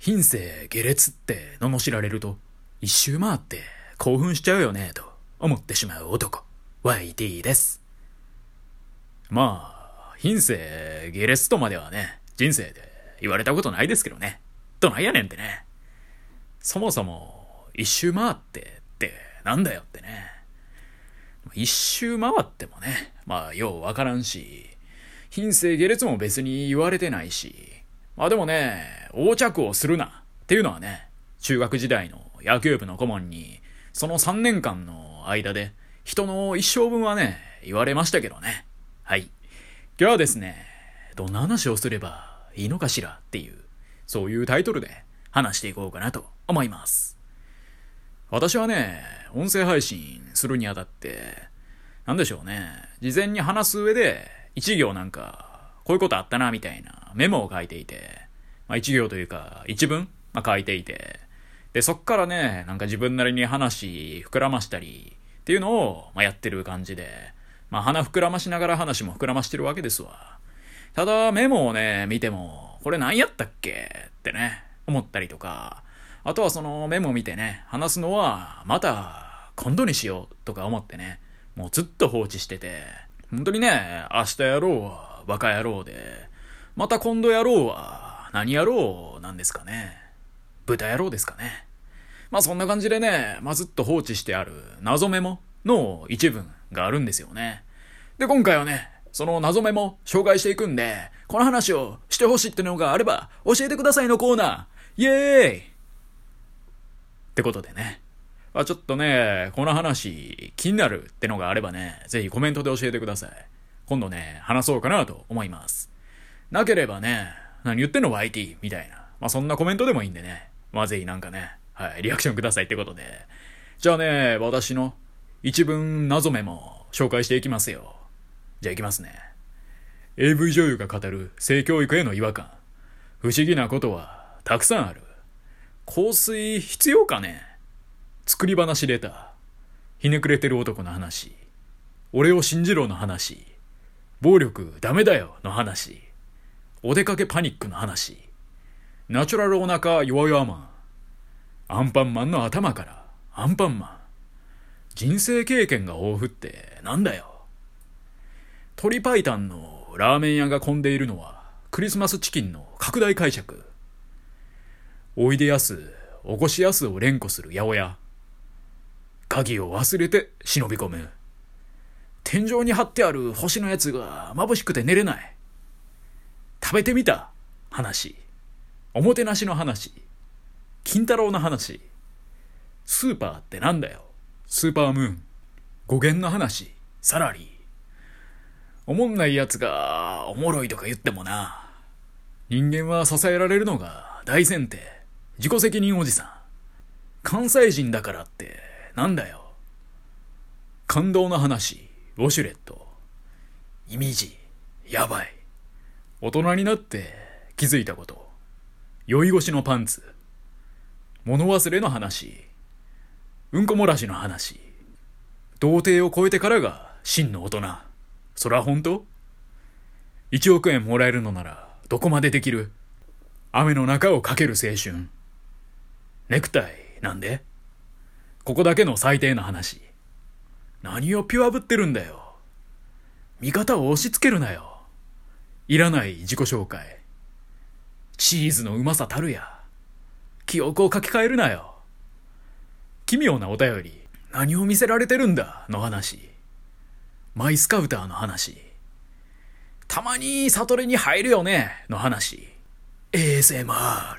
品性下劣って罵られると、一周回って興奮しちゃうよねと思ってしまう男、YT です。まあ、品性下劣とまではね、人生で言われたことないですけどね。どないやねんってね。そもそも、一周回ってなんだよってね。一周回ってもね、まあ、ようわからんし、品性下劣も別に言われてないし、まあでもね、横着をするなっていうのはね、中学時代の野球部の顧問に、その3年間の間で、人の一生分はね、言われましたけどね。はい。今日はですね、どんな話をすればいいのかしらっていう、そういうタイトルで話していこうかなと思います。私はね、音声配信するにあたって、なんでしょうね、事前に話す上で、一行なんか、こういうことあったなみたいなメモを書いていて、まあ一行というか一文、書いていて、で、そっからね、なんか自分なりに話膨らましたりっていうのを、やってる感じで、鼻膨らましながら話も膨らましてるわけですわ。ただメモをね、見ても、これ何やったっけってね、思ったりとか、あとはそのメモを見てね、話すのはまた今度にしようとか思ってね、もうずっと放置してて、本当にね、明日やろうはバカ野郎で、また今度やろうは何やろうなんですかね。豚野郎ですかね。そんな感じでね、ずっと放置してある謎メモの一文があるんですよね。で、今回はね、その謎メモ紹介していくんで、この話をしてほしいってのがあれば教えてくださいのコーナー、イエーイってことでね。ちょっとね、この話気になるってのがあればね、ぜひコメントで教えてください。今度ね、話そうかなと思います。なければね、何言ってんの YT みたいな。そんなコメントでもいいんでね。ぜひなんかね、はい、リアクションくださいってことで。じゃあね、私の一文謎メモ紹介していきますよ。じゃあいきますね。AV 女優が語る性教育への違和感。不思議なことはたくさんある。香水必要かね？作り話レター。ひねくれてる男の話。俺を信じろの話。暴力ダメだよの話。お出かけパニックの話。ナチュラルお腹弱々マン。アンパンマンの頭からアンパンマン。人生経験が豊富ってなんだよ。鶏白湯のラーメン屋が混んでいるのはクリスマスチキンの拡大解釈。おいでやす、おこしやすを連呼する八百屋。鍵を忘れて忍び込む。天井に貼ってある星のやつが眩しくて寝れない。食べてみた話。おもてなしの話。金太郎の話。スーパーってなんだよ。スーパームーン。語源の話。サラリー。おもんないやつがおもろいとか言ってもな。人間は支えられるのが大前提。自己責任おじさん。関西人だからってなんだよ。感動の話。ウォシュレット。イミジ。やばい。大人になって気づいたこと。酔い越しのパンツ。物忘れの話。うんこ漏らしの話。童貞を超えてからが真の大人。そら本当？1億円もらえるのならどこまでできる？雨の中をかける青春。ネクタイなんで？ここだけの最低な話。何をピュアぶってるんだよ。味方を押し付けるなよ。いらない自己紹介。チーズのうまさたるや。記憶を書き換えるなよ。奇妙なお便り。何を見せられてるんだの話。マイスカウターの話。たまに悟りに入るよねの話。ASMR。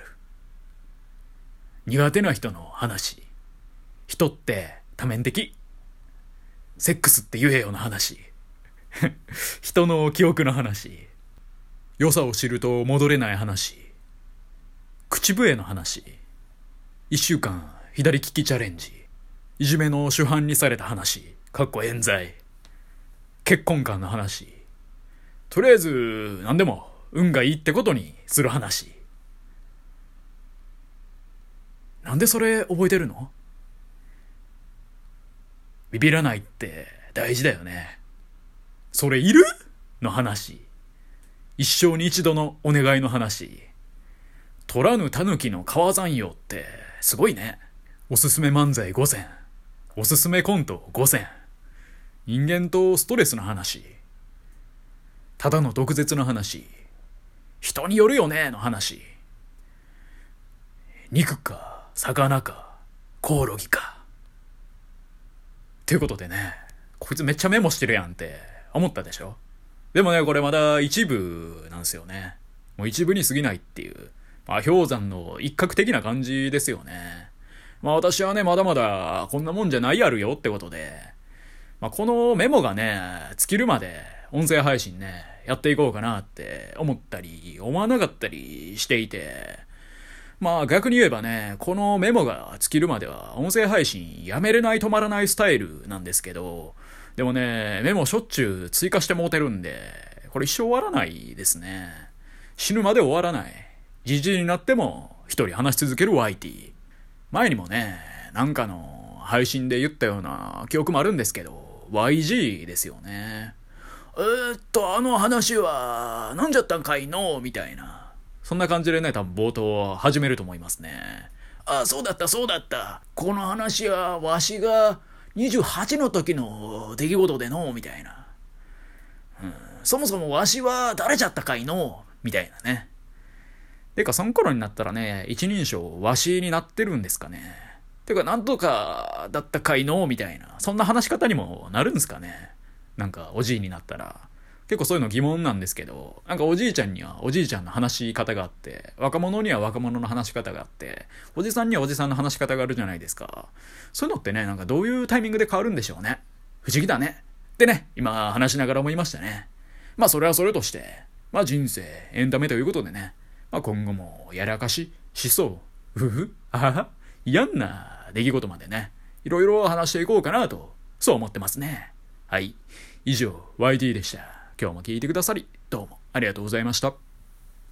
苦手な人の話。人って多面的。セックスって言えよの話。人の記憶の話。良さを知ると戻れない話。口笛の話。1週間左利きチャレンジ。いじめの主犯にされた話。冤罪。結婚観の話。とりあえず何でも運がいいってことにする話。なんでそれ覚えてるの？ビビらないって大事だよね。それいる？の話。一生に一度のお願いの話。 取らぬ狸の川山用ってすごいね。おすすめ漫才5選。おすすめコント5選。人間とストレスの話。ただの毒舌の話。人によるよねの話。肉か魚かコオロギか。ということでね、こいつめっちゃメモしてるやんって思ったでしょ。でもね、これまだ一部なんですよね。もう一部に過ぎないっていう、氷山の一角的な感じですよね。私はね、まだまだこんなもんじゃないやるよってことで、このメモがね、尽きるまで音声配信ね、やっていこうかなって思ったり、思わなかったりしていて、逆に言えばね、このメモが尽きるまでは音声配信やめれない止まらないスタイルなんですけど、でもね、メモしょっちゅう追加してもうてるんで、これ一生終わらないですね。死ぬまで終わらない。じじいになっても一人話し続ける YT。前にもね、なんかの配信で言ったような記憶もあるんですけど、YG ですよね。あの話は、なんじゃったんかいのみたいな。そんな感じでね、多分冒頭始めると思いますね。そうだった。この話は、わしが28の時の出来事でのみたいな。そもそもわしは誰じゃったかいのみたいなね。てか、その頃になったらね、一人称わしになってるんですかね。てか、なんとかだったかいのみたいな。そんな話し方にもなるんですかね。なんか、おじいになったら。結構そういうの疑問なんですけど、なんかおじいちゃんにはおじいちゃんの話し方があって、若者には若者の話し方があって、おじさんにはおじさんの話し方があるじゃないですか。そういうのってね、なんかどういうタイミングで変わるんでしょうね。不思議だね。でね、今話しながら思いましたね。それはそれとして、人生、エンタメということでね、今後もやらかしそう、嫌んな出来事までね、いろいろ話していこうかなと、そう思ってますね。はい。以上、YT でした。今日も聞いてくださり、どうもありがとうございました。